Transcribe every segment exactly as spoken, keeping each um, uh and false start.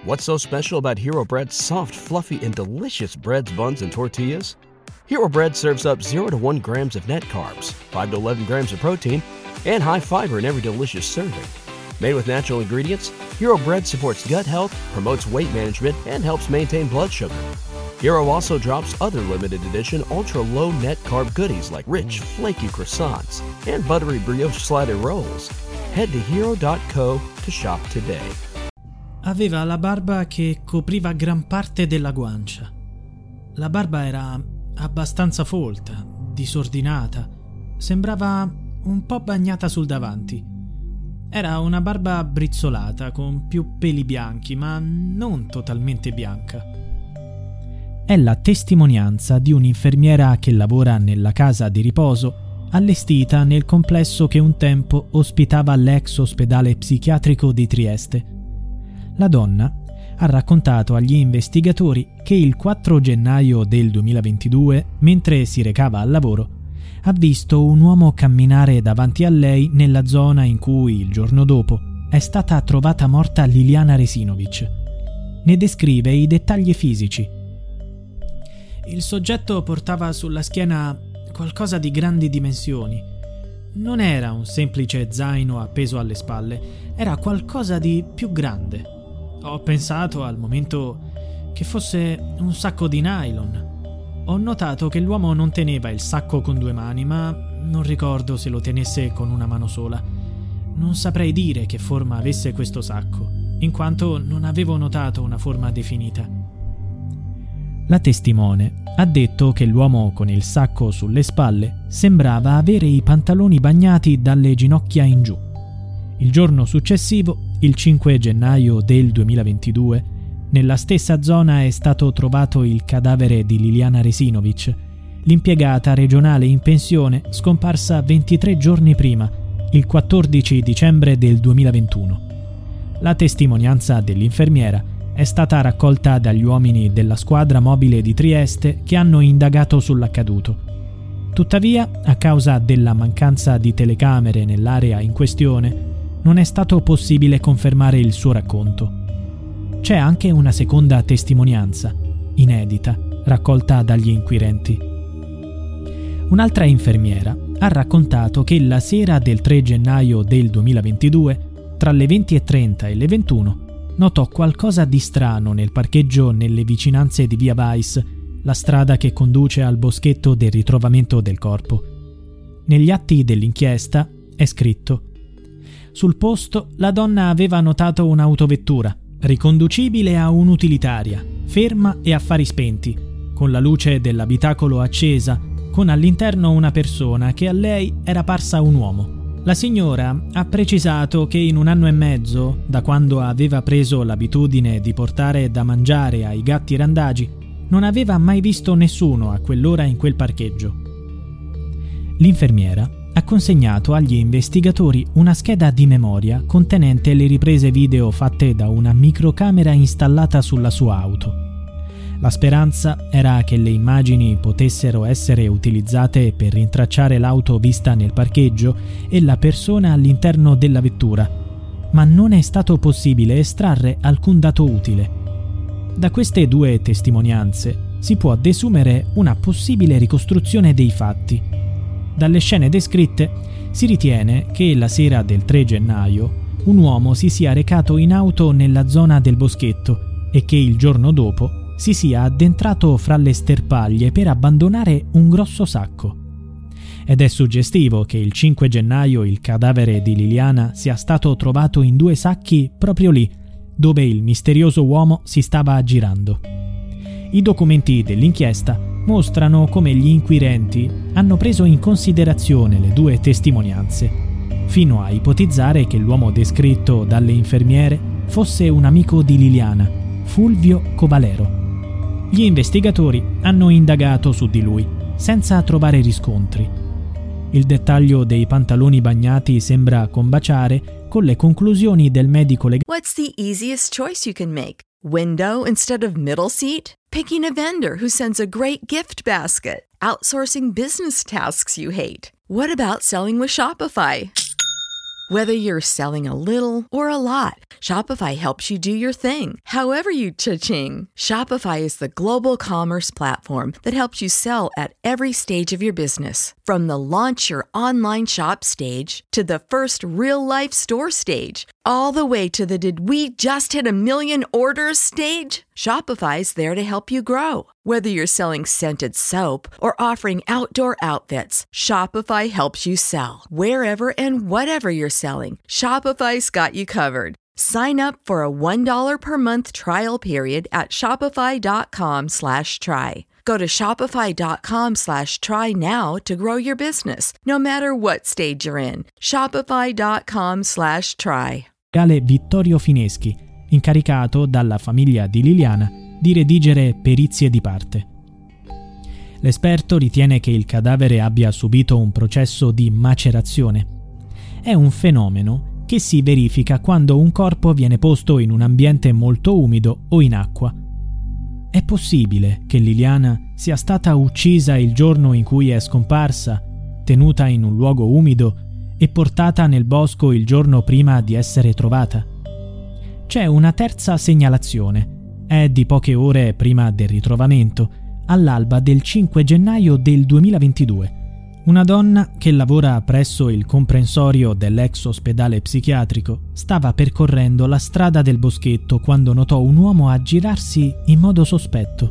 What's so special about Hero Bread's soft, fluffy, and delicious breads, buns, and tortillas? Hero Bread serves up zero to one grams of net carbs, five to eleven grams of protein, and high fiber in every delicious serving. Made with natural ingredients, Hero Bread supports gut health, promotes weight management, and helps maintain blood sugar. Hero also drops other limited edition ultra-low net carb goodies like rich, flaky croissants and buttery brioche slider rolls. Head to hero dot co to shop today. Aveva la barba che copriva gran parte della guancia. La barba era abbastanza folta, disordinata, sembrava un po' bagnata sul davanti. Era una barba brizzolata con più peli bianchi, ma non totalmente bianca. È la testimonianza di un'infermiera che lavora nella casa di riposo allestita nel complesso che un tempo ospitava l'ex ospedale psichiatrico di Trieste. La donna ha raccontato agli investigatori che il quattro gennaio del duemilaventidue, mentre si recava al lavoro, ha visto un uomo camminare davanti a lei nella zona in cui, il giorno dopo, è stata trovata morta Liliana Resinovic. Ne descrive i dettagli fisici. Il soggetto portava sulla schiena qualcosa di grandi dimensioni. Non era un semplice zaino appeso alle spalle, era qualcosa di più grande. Ho pensato al momento che fosse un sacco di nylon. Ho notato che l'uomo non teneva il sacco con due mani, ma non ricordo se lo tenesse con una mano sola. Non saprei dire che forma avesse questo sacco, in quanto non avevo notato una forma definita. La testimone ha detto che l'uomo con il sacco sulle spalle sembrava avere i pantaloni bagnati dalle ginocchia in giù. Il giorno successivo, il cinque gennaio del duemilaventidue, nella stessa zona è stato trovato il cadavere di Liliana Resinovic, l'impiegata regionale in pensione scomparsa ventitré giorni prima, il quattordici dicembre del duemilaventuno. La testimonianza dell'infermiera è stata raccolta dagli uomini della squadra mobile di Trieste che hanno indagato sull'accaduto. Tuttavia, a causa della mancanza di telecamere nell'area in questione, non è stato possibile confermare il suo racconto. C'è anche una seconda testimonianza, inedita, raccolta dagli inquirenti. Un'altra infermiera ha raccontato che la sera del tre gennaio del duemilaventidue, tra le venti e trenta e le ventuno, notò qualcosa di strano nel parcheggio nelle vicinanze di via Weiss, la strada che conduce al boschetto del ritrovamento del corpo. Negli atti dell'inchiesta è scritto: sul posto la donna aveva notato un'autovettura, riconducibile a un'utilitaria, ferma e a fari spenti, con la luce dell'abitacolo accesa, con all'interno una persona che a lei era parsa un uomo. La signora ha precisato che in un anno e mezzo, da quando aveva preso l'abitudine di portare da mangiare ai gatti randagi, non aveva mai visto nessuno a quell'ora in quel parcheggio. L'infermiera ha consegnato agli investigatori una scheda di memoria contenente le riprese video fatte da una microcamera installata sulla sua auto. La speranza era che le immagini potessero essere utilizzate per rintracciare l'auto vista nel parcheggio e la persona all'interno della vettura, ma non è stato possibile estrarre alcun dato utile. Da queste due testimonianze si può desumere una possibile ricostruzione dei fatti. Dalle scene descritte si ritiene che la sera del tre gennaio un uomo si sia recato in auto nella zona del boschetto e che il giorno dopo si sia addentrato fra le sterpaglie per abbandonare un grosso sacco. Ed è suggestivo che il cinque gennaio il cadavere di Liliana sia stato trovato in due sacchi proprio lì, dove il misterioso uomo si stava aggirando. I documenti dell'inchiesta mostrano come gli inquirenti hanno preso in considerazione le due testimonianze, fino a ipotizzare che l'uomo descritto dalle infermiere fosse un amico di Liliana, Fulvio Covalero. Gli investigatori hanno indagato su di lui, senza trovare riscontri. Il dettaglio dei pantaloni bagnati sembra combaciare con le conclusioni del medico legale. What's the easiest choice you can make? Window instead of middle seat? Picking a vendor who sends a great gift basket? Outsourcing business tasks you hate? What about selling with Shopify? Whether you're selling a little or a lot, Shopify helps you do your thing, however you cha-ching. Shopify is the global commerce platform that helps you sell at every stage of your business. From the launch your online shop stage to the first real-life store stage, all the way to the did we just hit a million orders stage. Shopify's there to help you grow. Whether you're selling scented soap or offering outdoor outfits, Shopify helps you sell. Wherever and whatever you're selling, Shopify's got you covered. Sign up for a one dollar per month trial period at shopify.com slash try. Go to shopify.com slash try now to grow your business, no matter what stage you're in. Shopify.com slash try. Vittorio Fineschi, incaricato dalla famiglia di Liliana di redigere perizie di parte. L'esperto ritiene che il cadavere abbia subito un processo di macerazione. È un fenomeno che si verifica quando un corpo viene posto in un ambiente molto umido o in acqua. È possibile che Liliana sia stata uccisa il giorno in cui è scomparsa, tenuta in un luogo umido e portata nel bosco il giorno prima di essere trovata. C'è una terza segnalazione. È di poche ore prima del ritrovamento, all'alba del cinque gennaio del duemilaventidue. Una donna che lavora presso il comprensorio dell'ex ospedale psichiatrico stava percorrendo la strada del boschetto quando notò un uomo aggirarsi in modo sospetto.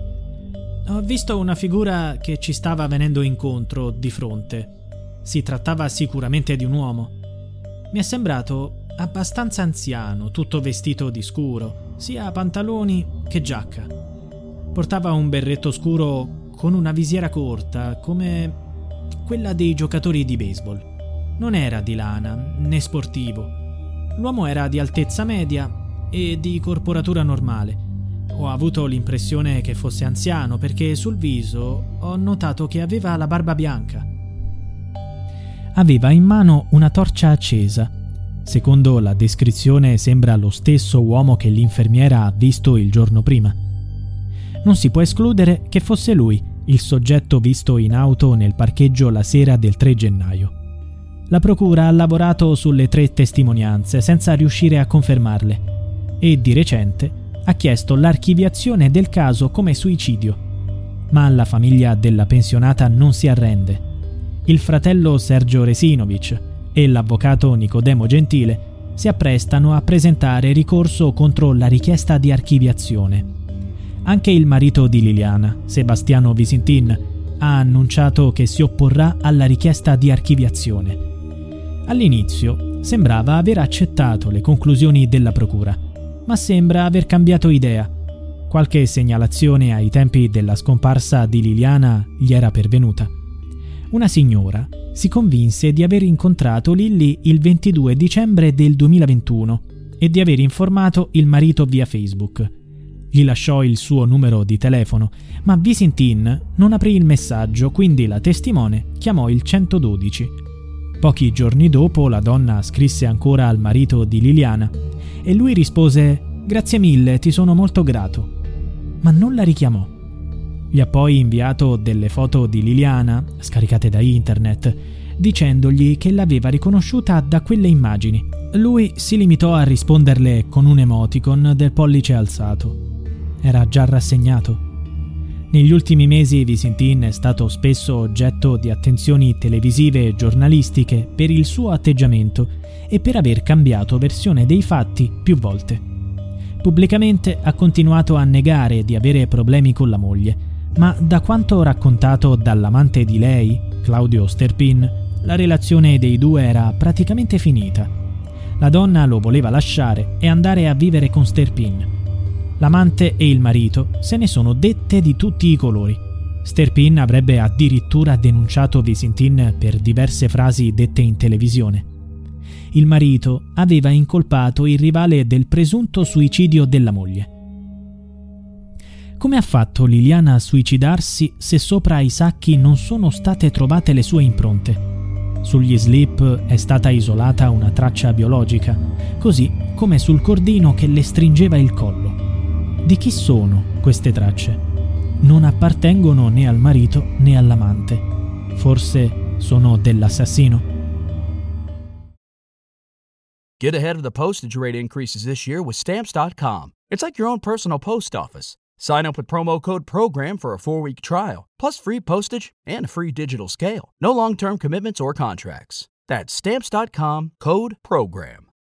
Ho visto una figura che ci stava venendo incontro di fronte. Si trattava sicuramente di un uomo. Mi è sembrato abbastanza anziano, tutto vestito di scuro, sia pantaloni che giacca. Portava un berretto scuro con una visiera corta, come quella dei giocatori di baseball. Non era di lana, né sportivo. L'uomo era di altezza media e di corporatura normale. Ho avuto l'impressione che fosse anziano perché sul viso ho notato che aveva la barba bianca. Aveva in mano una torcia accesa. Secondo la descrizione sembra lo stesso uomo che l'infermiera ha visto il giorno prima. Non si può escludere che fosse lui il soggetto visto in auto nel parcheggio la sera del tre gennaio. La procura ha lavorato sulle tre testimonianze senza riuscire a confermarle e di recente ha chiesto l'archiviazione del caso come suicidio. Ma la famiglia della pensionata non si arrende. Il fratello Sergio Resinovic e l'avvocato Nicodemo Gentile si apprestano a presentare ricorso contro la richiesta di archiviazione. Anche il marito di Liliana, Sebastiano Visintin, ha annunciato che si opporrà alla richiesta di archiviazione. All'inizio sembrava aver accettato le conclusioni della procura, ma sembra aver cambiato idea. Qualche segnalazione ai tempi della scomparsa di Liliana gli era pervenuta. Una signora si convinse di aver incontrato Lilly il ventidue dicembre del duemilaventuno e di aver informato il marito via Facebook. Gli lasciò il suo numero di telefono, ma Visintin non aprì il messaggio, quindi la testimone chiamò il centododici. Pochi giorni dopo la donna scrisse ancora al marito di Liliana e lui rispose «Grazie mille, ti sono molto grato», ma non la richiamò. Gli ha poi inviato delle foto di Liliana, scaricate da internet, dicendogli che l'aveva riconosciuta da quelle immagini. Lui si limitò a risponderle con un emoticon del pollice alzato. Era già rassegnato. Negli ultimi mesi Visintin è stato spesso oggetto di attenzioni televisive e giornalistiche per il suo atteggiamento e per aver cambiato versione dei fatti più volte. Pubblicamente ha continuato a negare di avere problemi con la moglie, ma da quanto raccontato dall'amante di lei, Claudio Sterpin, la relazione dei due era praticamente finita. La donna lo voleva lasciare e andare a vivere con Sterpin. L'amante e il marito se ne sono dette di tutti i colori. Sterpin avrebbe addirittura denunciato Visintin per diverse frasi dette in televisione. Il marito aveva incolpato il rivale del presunto suicidio della moglie. Come ha fatto Liliana a suicidarsi se sopra i sacchi non sono state trovate le sue impronte? Sugli slip è stata isolata una traccia biologica, così come sul cordino che le stringeva il collo. Di chi sono queste tracce? Non appartengono né al marito né all'amante. Forse sono dell'assassino? Get ahead of the postage rate increases this year with Stamps dot com. It's like your own personal post office. Sign up with promo code PROGRAM for a four-week trial, plus free postage and a free digital scale. No long-term commitments or contracts. That's Stamps dot com, code PROGRAM.